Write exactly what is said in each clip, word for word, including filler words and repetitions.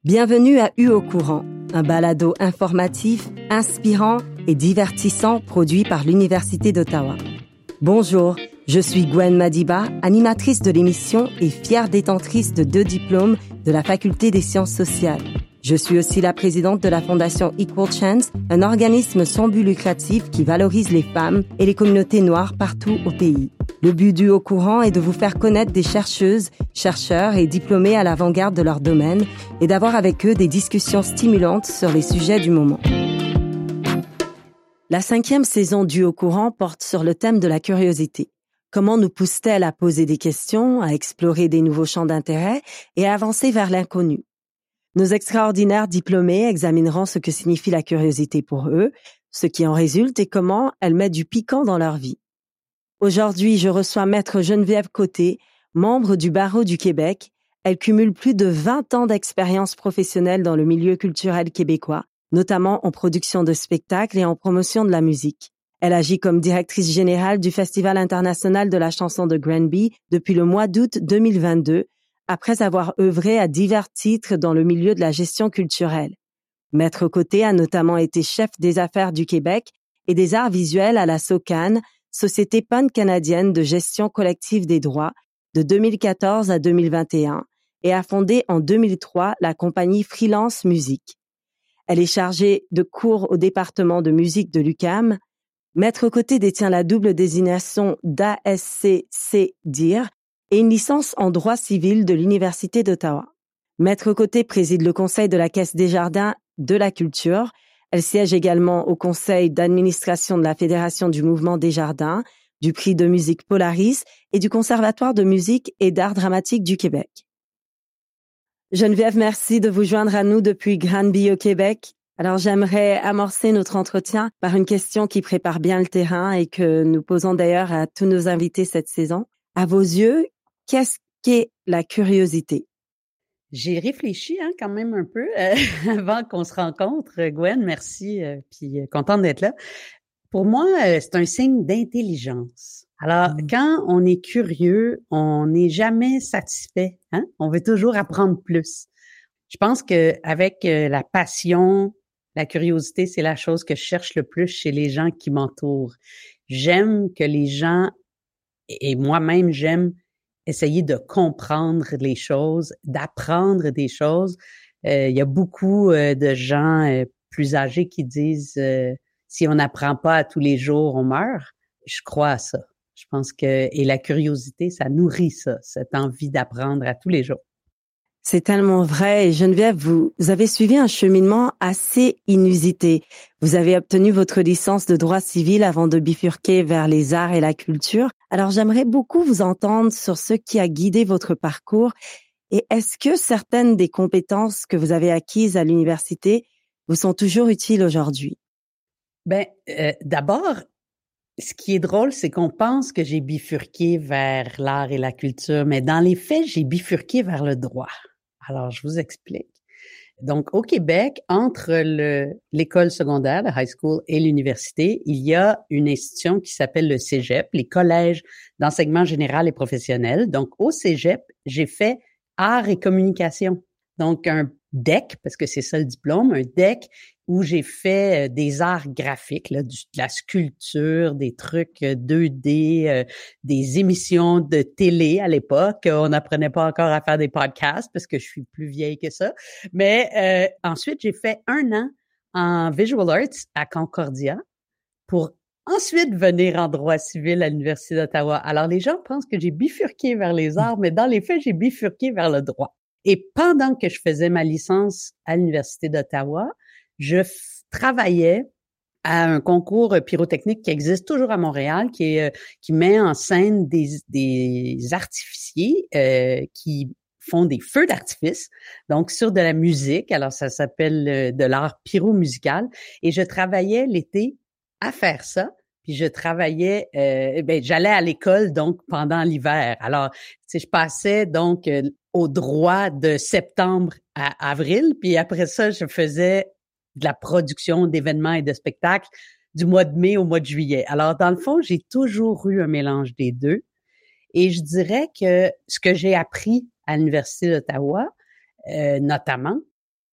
Bienvenue à U au courant, un balado informatif, inspirant et divertissant produit par l'Université d'Ottawa. Bonjour, je suis Gwen Madiba, animatrice de l'émission et fière détentrice de deux diplômes de la Faculté des sciences sociales. Je suis aussi la présidente de la Fondation Equal Chance, un organisme sans but lucratif qui valorise les femmes et les communautés noires partout au pays. Le but du Au courant est de vous faire connaître des chercheuses, chercheurs et diplômés à l'avant-garde de leur domaine et d'avoir avec eux des discussions stimulantes sur les sujets du moment. La cinquième saison du Au courant porte sur le thème de la curiosité. Comment nous pousse-t-elle à poser des questions, à explorer des nouveaux champs d'intérêt et à avancer vers l'inconnu? Nos extraordinaires diplômés examineront ce que signifie la curiosité pour eux, ce qui en résulte et comment elle met du piquant dans leur vie. Aujourd'hui, je reçois Maître Geneviève Côté, membre du Barreau du Québec. Elle cumule plus de vingt ans d'expérience professionnelle dans le milieu culturel québécois, notamment en production de spectacles et en promotion de la musique. Elle agit comme directrice générale du Festival international de la chanson de Granby depuis le mois d'août deux mille vingt-deux, après avoir œuvré à divers titres dans le milieu de la gestion culturelle. Maître Côté a notamment été chef des affaires du Québec et des arts visuels à la SOCAN, Société pan-canadienne de gestion collective des droits, de deux mille quatorze à deux mille vingt et un, et a fondé en deux mille trois la compagnie Freelance Musique. Elle est chargée de cours au département de musique de l'U Q A M. Maître Côté détient la double désignation d'A S C C D I R et une licence en droit civil de l'Université d'Ottawa. Maître Côté préside le conseil de la Caisse Desjardins de la culture. Elle siège également au conseil d'administration de la Fédération du mouvement Desjardins, du prix de musique Polaris et du Conservatoire de musique et d'art dramatique du Québec. Geneviève, merci de vous joindre à nous depuis Granby au Québec. Alors j'aimerais amorcer notre entretien par une question qui prépare bien le terrain et que nous posons d'ailleurs à tous nos invités cette saison. À vos yeux, qu'est-ce qu'est la curiosité? J'ai réfléchi hein, quand même un peu euh, avant qu'on se rencontre, Gwen. Merci, euh, puis euh, contente d'être là. Pour moi, euh, c'est un signe d'intelligence. Alors, mmh. quand on est curieux, on n'est jamais satisfait. Hein? On veut toujours apprendre plus. Je pense que avec euh, la passion, la curiosité, c'est la chose que je cherche le plus chez les gens qui m'entourent. J'aime que les gens, et moi-même, j'aime essayer de comprendre les choses, d'apprendre des choses. Euh, il y a beaucoup euh, de gens euh, plus âgés qui disent euh, si on n'apprend pas à tous les jours, on meurt. Je crois à ça. Je pense que et la curiosité, ça nourrit ça, cette envie d'apprendre à tous les jours. C'est tellement vrai. Et Geneviève, vous avez suivi un cheminement assez inusité. Vous avez obtenu votre licence de droit civil avant de bifurquer vers les arts et la culture. Alors, j'aimerais beaucoup vous entendre sur ce qui a guidé votre parcours. Et est-ce que certaines des compétences que vous avez acquises à l'université vous sont toujours utiles aujourd'hui? Ben, euh, d'abord, ce qui est drôle, c'est qu'on pense que j'ai bifurqué vers l'art et la culture, mais dans les faits, j'ai bifurqué vers le droit. Alors, je vous explique. Donc, au Québec, entre le, l'école secondaire, le high school et l'université, il y a une institution qui s'appelle le cégep, les collèges d'enseignement général et professionnel. Donc, au cégep, j'ai fait art et communication. Donc, un D E C, parce que c'est ça le diplôme, un D E C où j'ai fait des arts graphiques, là, du, de la sculpture, des trucs deux D, euh, des émissions de télé à l'époque. On n'apprenait pas encore à faire des podcasts parce que je suis plus vieille que ça. Mais euh, ensuite, j'ai fait un an en visual arts à Concordia pour ensuite venir en droit civil à l'Université d'Ottawa. Alors, les gens pensent que j'ai bifurqué vers les arts, mais dans les faits, j'ai bifurqué vers le droit. Et pendant que je faisais ma licence à l'Université d'Ottawa, je f- travaillais à un concours pyrotechnique qui existe toujours à Montréal, qui est, qui met en scène des, des artificiers euh, qui font des feux d'artifice, donc sur de la musique. Alors, ça s'appelle euh, de l'art pyromusical. Et je travaillais l'été à faire ça. Puis je travaillais, euh, ben j'allais à l'école donc pendant l'hiver. Alors, tu sais, je passais donc euh, au droit de septembre à avril. Puis après ça, je faisais de la production d'événements et de spectacles du mois de mai au mois de juillet. Alors, dans le fond, j'ai toujours eu un mélange des deux. Et je dirais que ce que j'ai appris à l'Université d'Ottawa, euh, notamment,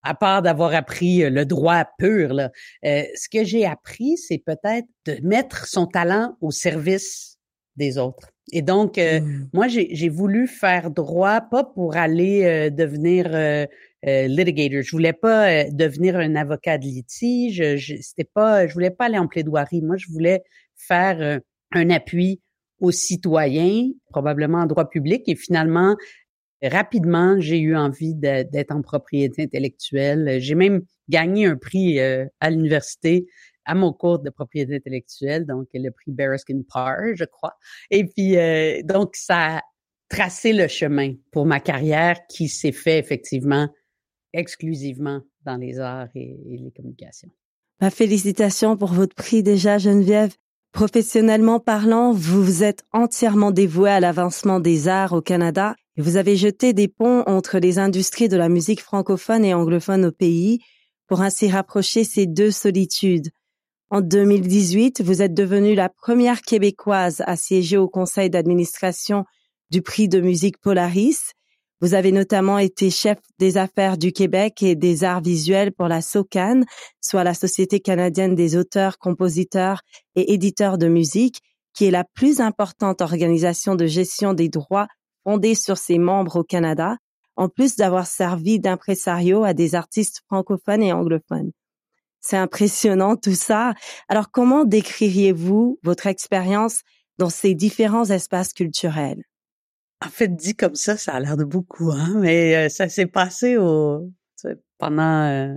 à part d'avoir appris le droit pur, là, euh, ce que j'ai appris, c'est peut-être de mettre son talent au service des autres. Et donc, euh, mmh. moi, j'ai, j'ai voulu faire droit, pas pour aller euh, devenir euh, euh, litigator. Je voulais pas euh, devenir un avocat de litige. Je, c'était pas, je voulais pas aller en plaidoirie. Moi, je voulais faire euh, un appui aux citoyens, probablement en droit public. Et finalement, rapidement, j'ai eu envie de, d'être en propriété intellectuelle. J'ai même gagné un prix euh, à l'université à mon cours de propriété intellectuelle, donc le prix Bereskin Parr, je crois. Et puis, euh, donc, ça a tracé le chemin pour ma carrière qui s'est fait effectivement exclusivement dans les arts et, et les communications. Ma félicitations pour votre prix déjà, Geneviève. Professionnellement parlant, vous vous êtes entièrement dévouée à l'avancement des arts au Canada et vous avez jeté des ponts entre les industries de la musique francophone et anglophone au pays pour ainsi rapprocher ces deux solitudes. En deux mille dix-huit, vous êtes devenue la première Québécoise à siéger au conseil d'administration du prix de musique Polaris. Vous avez notamment été chef des affaires du Québec et des arts visuels pour la SOCAN, soit la Société canadienne des auteurs, compositeurs et éditeurs de musique, qui est la plus importante organisation de gestion des droits fondée sur ses membres au Canada, en plus d'avoir servi d'impresario à des artistes francophones et anglophones. C'est impressionnant tout ça. Alors, comment décririez-vous votre expérience dans ces différents espaces culturels? En fait, dit comme ça, ça a l'air de beaucoup, hein, mais euh, ça s'est passé au, pendant euh,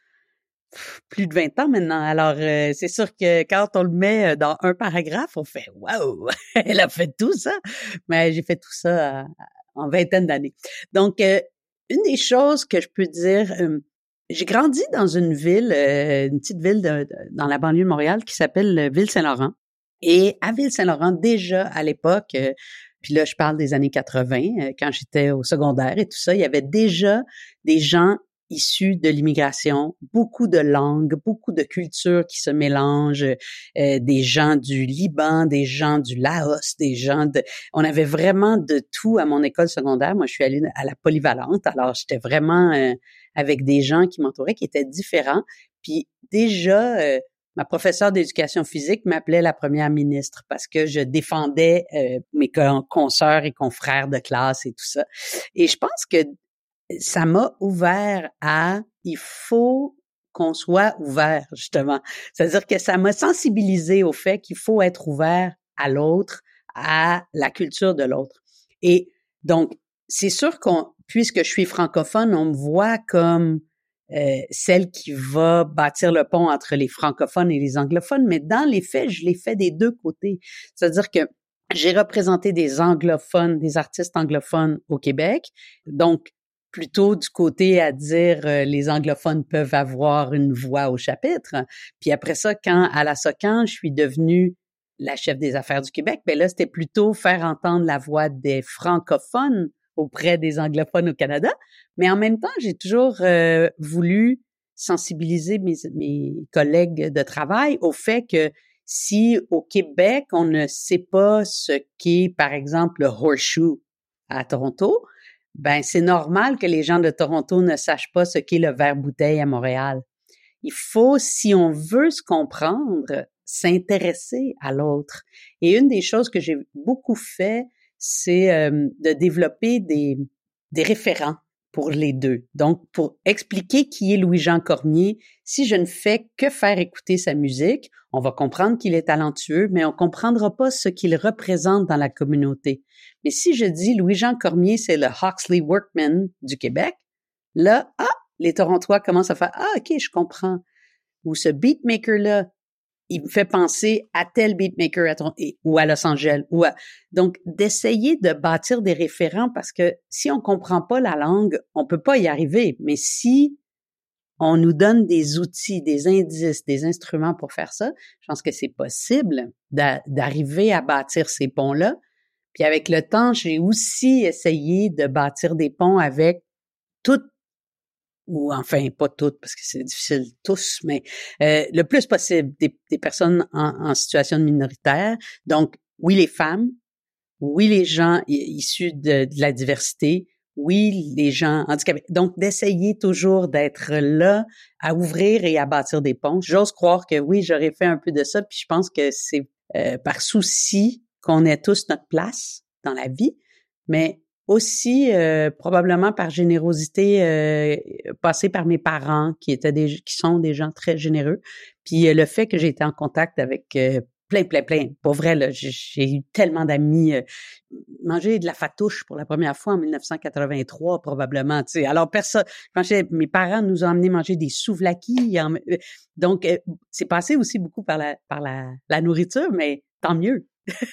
plus de vingt ans maintenant. Alors, euh, c'est sûr que quand on le met dans un paragraphe, on fait « Wow! Elle a fait tout ça! » Mais j'ai fait tout ça à, en vingtaine d'années. Donc, euh, une des choses que je peux dire... Euh, J'ai grandi dans une ville, euh, une petite ville de, de, dans la banlieue de Montréal qui s'appelle Ville-Saint-Laurent. Et à Ville-Saint-Laurent, déjà à l'époque, euh, puis là je parle des années quatre-vingts, euh, quand j'étais au secondaire et tout ça, il y avait déjà des gens issus de l'immigration, beaucoup de langues, beaucoup de cultures qui se mélangent, euh, des gens du Liban, des gens du Laos, des gens de... On avait vraiment de tout à mon école secondaire. Moi, je suis allée à la polyvalente, alors j'étais vraiment... Euh, avec des gens qui m'entouraient, qui étaient différents. Puis déjà, euh, ma professeure d'éducation physique m'appelait la première ministre parce que je défendais euh, mes consoeurs et confrères de classe et tout ça. Et je pense que ça m'a ouvert à, il faut qu'on soit ouvert, justement. C'est-à-dire que ça m'a sensibilisé au fait qu'il faut être ouvert à l'autre, à la culture de l'autre. Et donc, c'est sûr qu'on, puisque je suis francophone, on me voit comme euh, celle qui va bâtir le pont entre les francophones et les anglophones, mais dans les faits, je l'ai fait des deux côtés. C'est-à-dire que j'ai représenté des anglophones, des artistes anglophones au Québec, donc plutôt du côté à dire euh, les anglophones peuvent avoir une voix au chapitre. Puis après ça, quand à la SOCAN, je suis devenue la chef des affaires du Québec, ben là, c'était plutôt faire entendre la voix des francophones auprès des anglophones au Canada. Mais en même temps, j'ai toujours euh, voulu sensibiliser mes, mes collègues de travail au fait que si au Québec, on ne sait pas ce qu'est, par exemple, le horseshoe à Toronto, ben c'est normal que les gens de Toronto ne sachent pas ce qu'est le verre-bouteille à Montréal. Il faut, si on veut se comprendre, s'intéresser à l'autre. Et une des choses que j'ai beaucoup fait, c'est euh, de développer des, des référents pour les deux. Donc, pour expliquer qui est Louis-Jean Cormier, si je ne fais que faire écouter sa musique, on va comprendre qu'il est talentueux, mais on comprendra pas ce qu'il représente dans la communauté. Mais si je dis Louis-Jean Cormier, c'est le Hawksley Workman du Québec, là, ah, les Torontois commencent à faire « Ah, OK, je comprends. » Ou ce beatmaker-là, il me fait penser à tel beatmaker à Toronto, ou à Los Angeles. Ou à... Donc, d'essayer de bâtir des référents parce que si on comprend pas la langue, on peut pas y arriver. Mais si on nous donne des outils, des indices, des instruments pour faire ça, je pense que c'est possible d'a- d'arriver à bâtir ces ponts-là. Puis avec le temps, j'ai aussi essayé de bâtir des ponts avec toutes, ou enfin pas toutes parce que c'est difficile tous, mais euh, le plus possible des, des personnes en, en situation minoritaire. Donc, oui les femmes, oui les gens issus de, de la diversité, oui, les gens handicapés. Donc, d'essayer toujours d'être là, à ouvrir et à bâtir des ponts. J'ose croire que oui, j'aurais fait un peu de ça, puis je pense que c'est euh, par souci qu'on ait tous notre place dans la vie, mais aussi euh, probablement par générosité euh, passée par mes parents qui étaient des qui sont des gens très généreux, puis euh, le fait que j'ai été en contact avec euh, plein plein plein pour vrai là, j'ai, j'ai eu tellement d'amis euh, manger de la fatouche pour la première fois en dix-neuf cent quatre-vingt-trois probablement, tu sais. Alors personne, quand j'ai, mes parents nous ont emmené manger des souvlaki, en, donc euh, c'est passé aussi beaucoup par la par la la nourriture, mais tant mieux.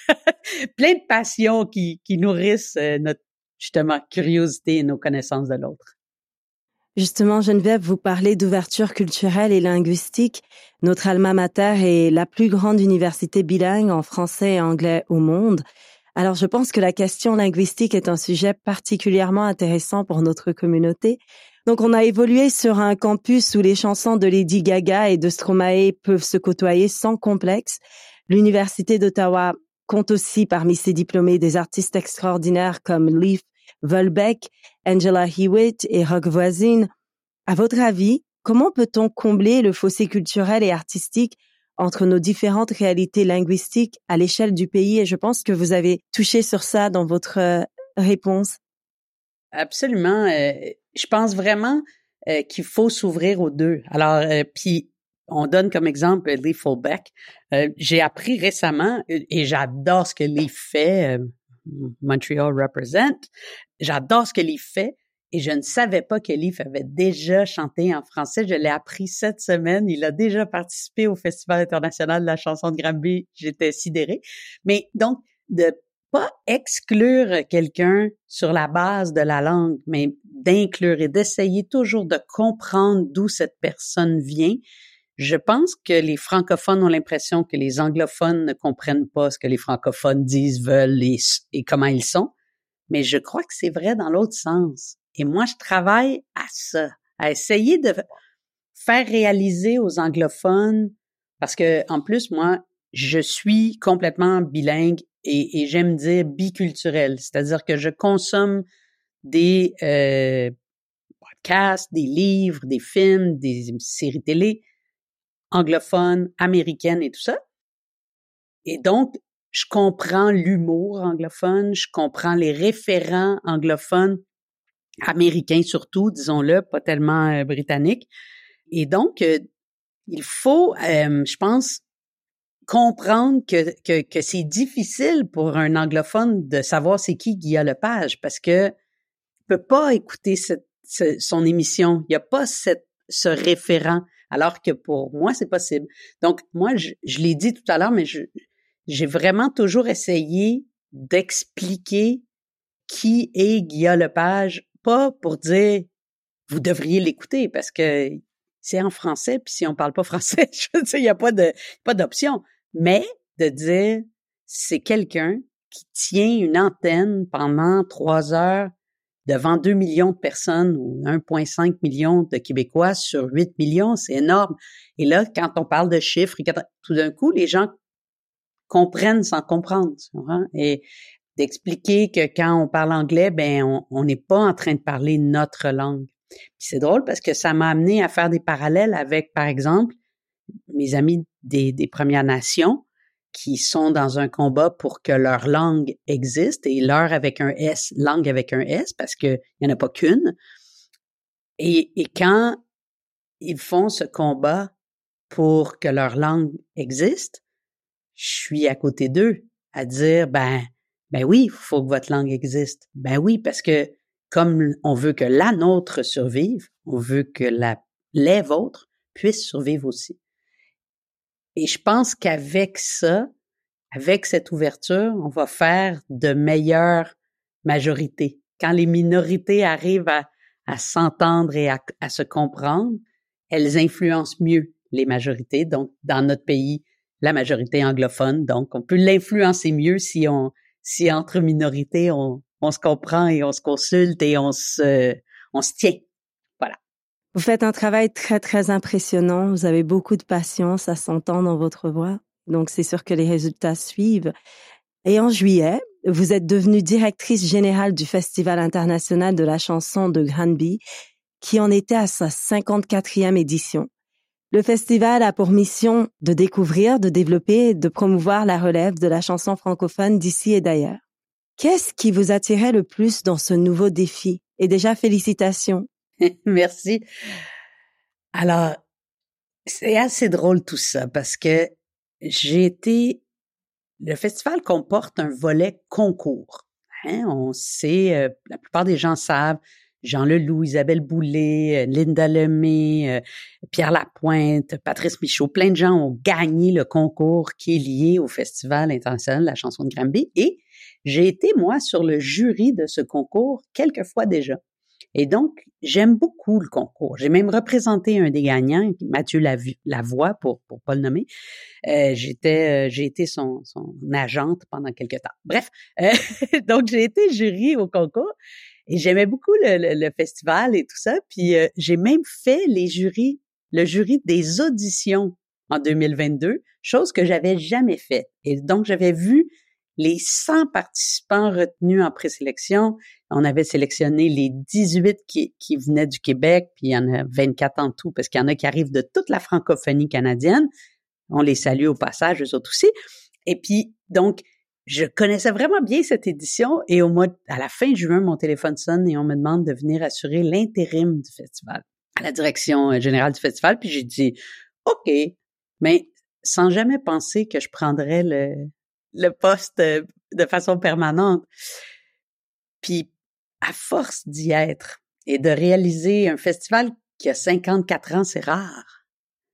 Plein de passions qui qui nourrissent euh, notre justement curiosité et nos connaissances de l'autre. Justement, Geneviève, vous parlez d'ouverture culturelle et linguistique. Notre alma mater est la plus grande université bilingue en français et anglais au monde. Alors, je pense que la question linguistique est un sujet particulièrement intéressant pour notre communauté. Donc, on a évolué sur un campus où les chansons de Lady Gaga et de Stromae peuvent se côtoyer sans complexe. L'Université d'Ottawa compte aussi parmi ses diplômés des artistes extraordinaires comme Leif Volbeck, Angela Hewitt et Roch Voisine. À votre avis, comment peut-on combler le fossé culturel et artistique entre nos différentes réalités linguistiques à l'échelle du pays? Et je pense que vous avez touché sur ça dans votre euh, réponse. Absolument. Euh, je pense vraiment euh, qu'il faut s'ouvrir aux deux. Alors, euh, puis on donne comme exemple Leif Volbeck. Euh, j'ai appris récemment, et j'adore ce que Leif fait, euh, Montreal Represent, j'adore ce que Leif fait, et je ne savais pas que Leif avait déjà chanté en français. Je l'ai appris cette semaine. Il a déjà participé au Festival international de la chanson de Granby. J'étais sidérée. Mais donc, de pas exclure quelqu'un sur la base de la langue, mais d'inclure et d'essayer toujours de comprendre d'où cette personne vient. Je pense que les francophones ont l'impression que les anglophones ne comprennent pas ce que les francophones disent, veulent et, et comment ils sont. Mais je crois que c'est vrai dans l'autre sens. Et moi, je travaille à ça, à essayer de faire réaliser aux anglophones, parce que en plus, moi, je suis complètement bilingue et, et j'aime dire biculturel, c'est-à-dire que je consomme des euh, podcasts, des livres, des films, des séries télé anglophones, américaines et tout ça. Et donc, je comprends l'humour anglophone, je comprends les référents anglophones, américains surtout, disons-le, pas tellement euh, britanniques. Et donc, euh, il faut, euh, je pense, comprendre que, que, que c'est difficile pour un anglophone de savoir c'est qui Guillaume Lepage parce que il peut pas écouter cette, ce, son émission. Il n'y a pas cette, ce référent. Alors que pour moi, c'est possible. Donc, moi, je, je l'ai dit tout à l'heure, mais je, j'ai vraiment toujours essayé d'expliquer qui est Guillaume Lepage, pas pour dire vous devriez l'écouter parce que c'est en français, puis si on parle pas français, je veux dire, il n'y a pas de pas d'option. Mais de dire c'est quelqu'un qui tient une antenne pendant trois heures devant deux millions de personnes ou un virgule cinq million de Québécois sur huit millions, c'est énorme. Et là, quand on parle de chiffres, tout d'un coup, les gens comprennent sans comprendre. Tu vois? Et d'expliquer que quand on parle anglais, ben on n'est pas en train de parler notre langue. Puis c'est drôle parce que ça m'a amené à faire des parallèles avec, par exemple, mes amis des, des Premières Nations qui sont dans un combat pour que leur langue existe, et leur avec un S, langue avec un S, parce qu'il n'y en a pas qu'une. Et, et quand ils font ce combat pour que leur langue existe, je suis à côté d'eux à dire, ben, ben oui, il faut que votre langue existe. Ben oui, parce que comme on veut que la nôtre survive, on veut que la, les vôtres puissent survivre aussi. Et je pense qu'avec ça, avec cette ouverture, on va faire de meilleures majorités. Quand les minorités arrivent à, à s'entendre et à, à se comprendre, elles influencent mieux les majorités. Donc, dans notre pays, la majorité anglophone. Donc, on peut l'influencer mieux si on, si entre minorités, on, on se comprend et on se consulte et on se, on se tient. Voilà. Vous faites un travail très, très impressionnant. Vous avez beaucoup de patience, ça s'entend dans votre voix. Donc, c'est sûr que les résultats suivent. Et en juillet, vous êtes devenue directrice générale du Festival international de la chanson de Granby, qui en était à sa cinquante-quatrième édition. Le festival a pour mission de découvrir, de développer et de promouvoir la relève de la chanson francophone d'ici et d'ailleurs. Qu'est-ce qui vous attirait le plus dans ce nouveau défi? Et déjà, félicitations. Merci. Alors, c'est assez drôle tout ça parce que j'ai été... Le festival comporte un volet concours. Hein? On sait, euh, la plupart des gens savent, Jean Leloup, Isabelle Boulay, euh, Linda Lemay, euh, Pierre Lapointe, Patrice Michaud, plein de gens ont gagné le concours qui est lié au Festival international de la chanson de Granby. Et j'ai été, moi, sur le jury de ce concours quelques fois déjà. Et donc, j'aime beaucoup le concours. J'ai même représenté un des gagnants, Mathieu Lavoie, pour pour pas le nommer. Euh, j'étais, euh, j'ai été son, son agente pendant quelques temps. Bref, euh, donc j'ai été jury au concours et j'aimais beaucoup le, le, le festival et tout ça. Puis euh, j'ai même fait les jurys, le jury des auditions en deux mille vingt-deux, chose que j'avais jamais fait. Et donc j'avais vu les cent participants retenus en présélection. On avait sélectionné les dix-huit qui, qui venaient du Québec, puis il y en a vingt-quatre en tout, parce qu'il y en a qui arrivent de toute la francophonie canadienne. On les salue au passage, eux autres aussi. Et puis, donc, je connaissais vraiment bien cette édition, et au mois, à la fin juin, mon téléphone sonne et on me demande de venir assurer l'intérim du festival à la direction générale du festival. Puis j'ai dit, OK, mais sans jamais penser que je prendrais le le poste de façon permanente. Puis, à force d'y être et de réaliser un festival qui a cinquante-quatre ans, c'est rare.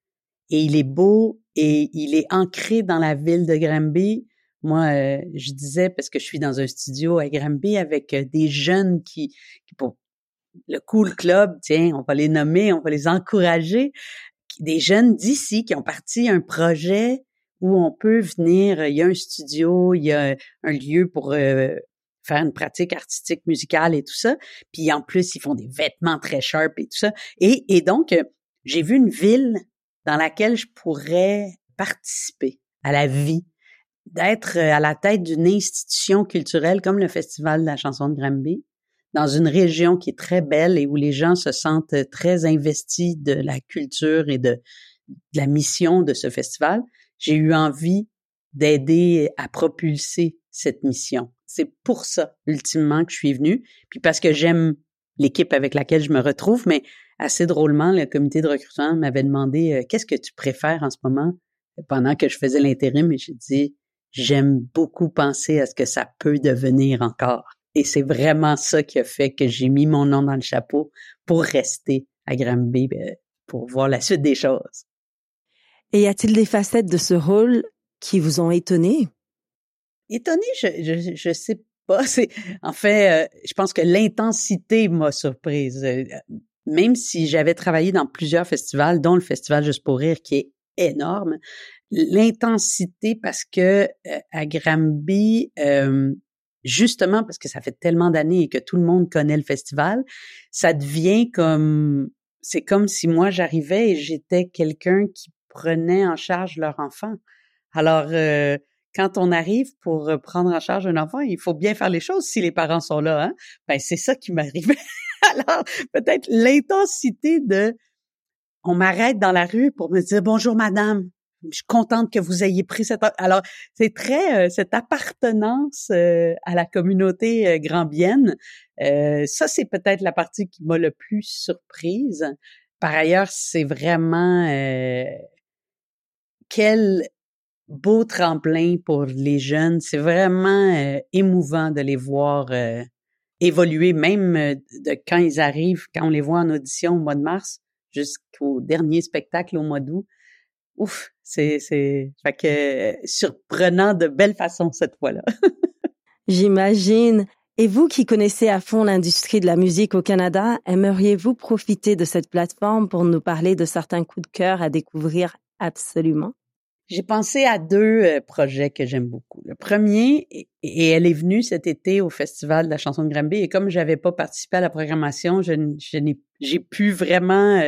Et il est beau et il est ancré dans la ville de Granby. Moi, euh, je disais, parce que je suis dans un studio à Granby avec euh, des jeunes qui, qui, pour le Cool Club, tiens, on va les nommer, on va les encourager, des jeunes d'ici qui ont parti un projet où on peut venir, il y a un studio, il y a un lieu pour euh, faire une pratique artistique musicale et tout ça. Puis en plus, ils font des vêtements très sharp et tout ça. Et, et donc, euh, j'ai vu une ville dans laquelle je pourrais participer à la vie, d'être à la tête d'une institution culturelle comme le Festival de la chanson de Granby, dans une région qui est très belle et où les gens se sentent très investis de la culture et de, de la mission de ce festival. J'ai eu envie d'aider à propulser cette mission. C'est pour ça, ultimement, que je suis venue. Puis parce que j'aime l'équipe avec laquelle je me retrouve, mais assez drôlement, le comité de recrutement m'avait demandé euh, « Qu'est-ce que tu préfères en ce moment? » Pendant que je faisais l'intérim, et j'ai dit « J'aime beaucoup penser à ce que ça peut devenir encore. » Et c'est vraiment ça qui a fait que j'ai mis mon nom dans le chapeau pour rester à Granby, pour voir la suite des choses. Et y a-t-il des facettes de ce rôle qui vous ont étonné? Étonné, je, je, je sais pas. C'est, en fait, euh, je pense que l'intensité m'a surprise. Euh, même si j'avais travaillé dans plusieurs festivals, dont le Festival Juste pour rire, qui est énorme, l'intensité parce que euh, à Granby, euh, justement parce que ça fait tellement d'années et que tout le monde connaît le festival, ça devient comme, c'est comme si moi j'arrivais et j'étais quelqu'un qui prenait en charge leur enfant. Alors, euh, quand on arrive pour prendre en charge un enfant, il faut bien faire les choses si les parents sont là, hein. Ben, c'est ça qui m'arrivait. Alors, peut-être l'intensité de, on m'arrête dans la rue pour me dire bonjour madame. Je suis contente que vous ayez pris cette... Alors, c'est très... Euh, cette appartenance euh, à la communauté euh, granbienne, euh, ça, c'est peut-être la partie qui m'a le plus surprise. Par ailleurs, c'est vraiment... Euh, quel beau tremplin pour les jeunes. C'est vraiment euh, émouvant de les voir euh, évoluer, même euh, de quand ils arrivent, quand on les voit en audition au mois de mars, jusqu'au dernier spectacle au mois d'août. Ouf, c'est, c'est, fait que, euh, surprenant de belle façon cette fois-là. J'imagine. Et vous qui connaissez à fond l'industrie de la musique au Canada, aimeriez-vous profiter de cette plateforme pour nous parler de certains coups de cœur à découvrir absolument? J'ai pensé à deux euh, projets que j'aime beaucoup. Le premier, et, et elle est venue cet été au Festival de la chanson de Granby, et comme j'avais pas participé à la programmation, je, je n'ai, j'ai pu vraiment... Euh,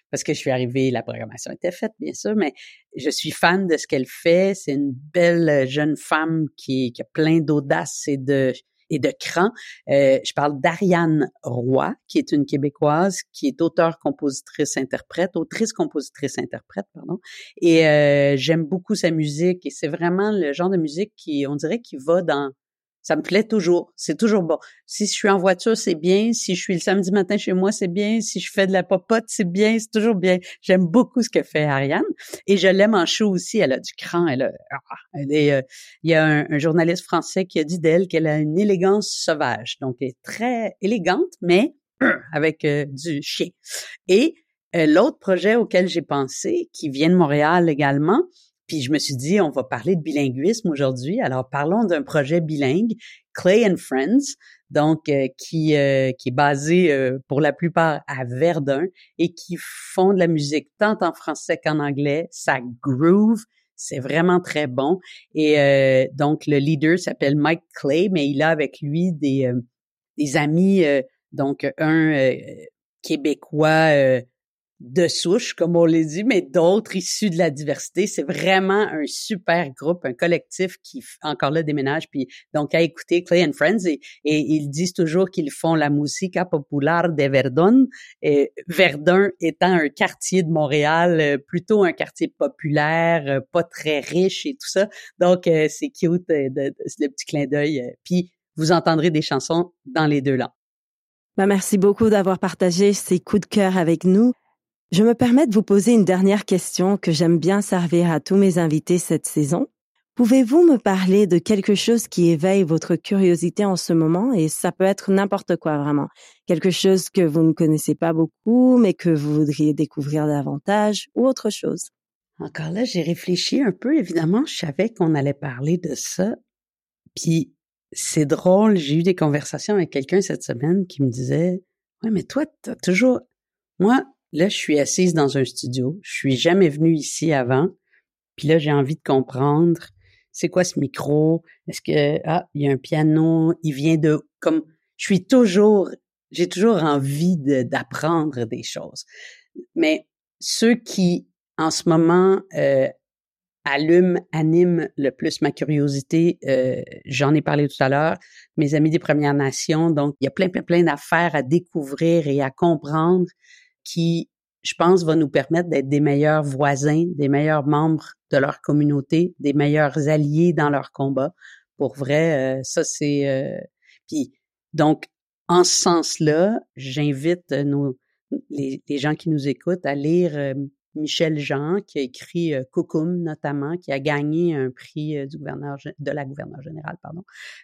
parce que je suis arrivée, la programmation était faite, bien sûr, mais je suis fan de ce qu'elle fait. C'est une belle jeune femme qui, qui a plein d'audace et de et de cran. Euh, je parle d'Ariane Roy, qui est une Québécoise, qui est auteure, compositrice, interprète, autrice, compositrice, interprète, pardon. Et euh, j'aime beaucoup sa musique et c'est vraiment le genre de musique qui, on dirait, qui va dans... Ça me plaît toujours. C'est toujours bon. Si je suis en voiture, c'est bien. Si je suis le samedi matin chez moi, c'est bien. Si je fais de la popote, c'est bien. C'est toujours bien. J'aime beaucoup ce que fait Ariane. Et je l'aime en show aussi. Elle a du cran. Elle a, elle est, euh, il y a un, un journaliste français qui a dit d'elle qu'elle a une élégance sauvage. Donc, elle est très élégante, mais avec euh, du chien. Et euh, l'autre projet auquel j'ai pensé, qui vient de Montréal également, puis je me suis dit, on va parler de bilinguisme aujourd'hui. Alors, parlons d'un projet bilingue, Clay and Friends, donc euh, qui euh, qui est basé euh, pour la plupart à Verdun et qui font de la musique tant en français qu'en anglais. Ça groove, c'est vraiment très bon. Et euh, donc, le leader s'appelle Mike Clay, mais il a avec lui des, euh, des amis, euh, donc un euh, Québécois euh, de souche, comme on l'a dit, mais d'autres issus de la diversité. C'est vraiment un super groupe, un collectif qui, encore là, déménage. Puis, donc, à écouter Clay and Friends, et, et ils disent toujours qu'ils font la música popular de Verdun. Et Verdun étant un quartier de Montréal, euh, plutôt un quartier populaire, euh, pas très riche et tout ça. Donc, euh, c'est cute, euh, de, de, le petit clin d'œil. Euh, puis, vous entendrez des chansons dans les deux langues. Ben, merci beaucoup d'avoir partagé ces coups de cœur avec nous. Je me permets de vous poser une dernière question que j'aime bien servir à tous mes invités cette saison. Pouvez-vous me parler de quelque chose qui éveille votre curiosité en ce moment? Et ça peut être n'importe quoi, vraiment. Quelque chose que vous ne connaissez pas beaucoup, mais que vous voudriez découvrir davantage, ou autre chose. Encore là, j'ai réfléchi un peu. Évidemment, je savais qu'on allait parler de ça. Puis, c'est drôle, j'ai eu des conversations avec quelqu'un cette semaine qui me disait « Ouais, mais toi, t'as toujours... » Moi, là, je suis assise dans un studio. Je suis jamais venue ici avant. Puis là, j'ai envie de comprendre c'est quoi ce micro? Est-ce que, ah, il y a un piano? Il vient de, comme, je suis toujours, j'ai toujours envie de, d'apprendre des choses. Mais ceux qui, en ce moment, euh, allument, animent le plus ma curiosité, euh, j'en ai parlé tout à l'heure, mes amis des Premières Nations. Donc, il y a plein, plein, plein d'affaires à découvrir et à comprendre qui, je pense, va nous permettre d'être des meilleurs voisins, des meilleurs membres de leur communauté, des meilleurs alliés dans leur combat. Pour vrai, euh, ça c'est... Euh... Puis, donc, en ce sens-là, j'invite nos, les, les gens qui nous écoutent à lire euh, Michel Jean, qui a écrit euh, Coucoum, notamment, qui a gagné un prix euh, du gouverneur de la gouverneure générale, pardon.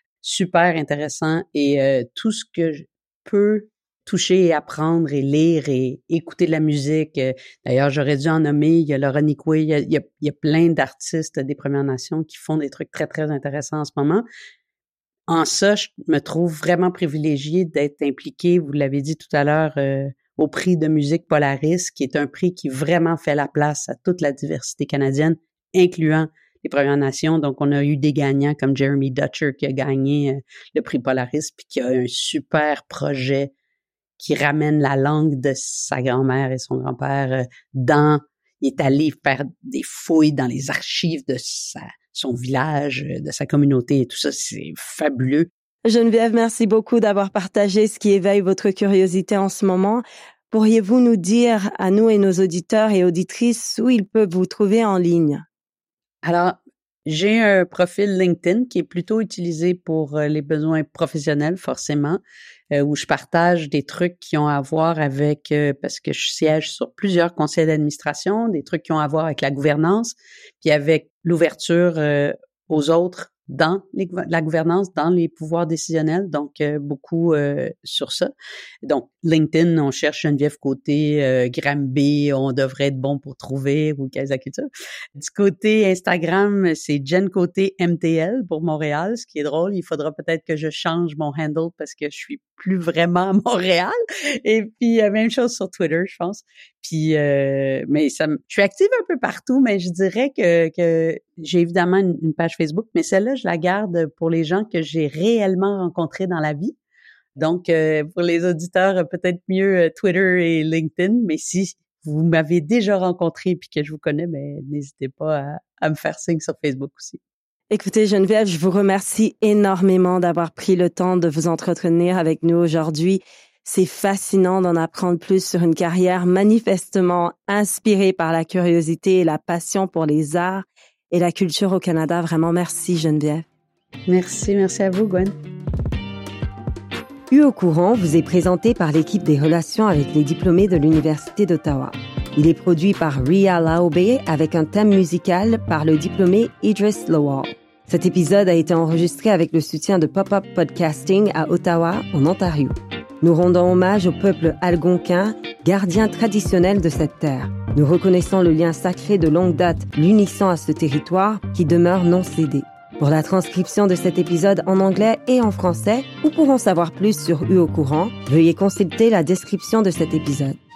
Super intéressant. Et euh, tout ce que je peux toucher et apprendre et lire et écouter de la musique. D'ailleurs, j'aurais dû en nommer, il y a Laura Nicoué, il y a, il y a, il y a plein d'artistes des Premières Nations qui font des trucs très, très intéressants en ce moment. En ça, je me trouve vraiment privilégiée d'être impliquée, vous l'avez dit tout à l'heure, euh, au prix de musique Polaris, qui est un prix qui vraiment fait la place à toute la diversité canadienne, incluant les Premières Nations. Donc, on a eu des gagnants comme Jeremy Dutcher qui a gagné euh, le prix Polaris, puis qui a un super projet qui ramène la langue de sa grand-mère et son grand-père euh, dans... Il est allé faire des fouilles dans les archives de sa, son village, de sa communauté et tout ça. C'est fabuleux. Geneviève, merci beaucoup d'avoir partagé ce qui éveille votre curiosité en ce moment. Pourriez-vous nous dire, à nous et nos auditeurs et auditrices, où ils peuvent vous trouver en ligne? Alors, j'ai un profil LinkedIn qui est plutôt utilisé pour les besoins professionnels, forcément, euh, où je partage des trucs qui ont à voir avec, euh, parce que je siège sur plusieurs conseils d'administration, des trucs qui ont à voir avec la gouvernance, puis avec l'ouverture euh, aux autres dans les, la gouvernance, dans les pouvoirs décisionnels, donc euh, beaucoup euh, sur ça. Donc, LinkedIn, on cherche Geneviève Côté, euh, Granby, on devrait être bon pour trouver, ou Casa Culture. Du côté Instagram, c'est Jen Côté M T L pour Montréal, ce qui est drôle. Il faudra peut-être que je change mon handle parce que je suis plus vraiment à Montréal. Et puis, euh, même chose sur Twitter, je pense. Puis, euh, mais ça, je suis active un peu partout, mais je dirais que, que j'ai évidemment une, une page Facebook, mais celle-là, je la garde pour les gens que j'ai réellement rencontrés dans la vie. Donc, euh, pour les auditeurs, peut-être mieux Twitter et LinkedIn, mais si vous m'avez déjà rencontré puis que je vous connais, mais n'hésitez pas à, à me faire signe sur Facebook aussi. Écoutez, Geneviève, je vous remercie énormément d'avoir pris le temps de vous entretenir avec nous aujourd'hui. C'est fascinant d'en apprendre plus sur une carrière manifestement inspirée par la curiosité et la passion pour les arts et la culture au Canada. Vraiment, merci Geneviève. Merci, merci à vous, Gwen. U au courant vous est présenté par l'équipe des relations avec les diplômés de l'Université d'Ottawa. Il est produit par Ria Laobé avec un thème musical par le diplômé Idris Lowell. Cet épisode a été enregistré avec le soutien de Pop-Up Podcasting à Ottawa, en Ontario. Nous rendons hommage au peuple algonquin, gardien traditionnel de cette terre. Nous reconnaissons le lien sacré de longue date l'unissant à ce territoire qui demeure non cédé. Pour la transcription de cet épisode en anglais et en français, ou pour en savoir plus sur U au courant, veuillez consulter la description de cet épisode.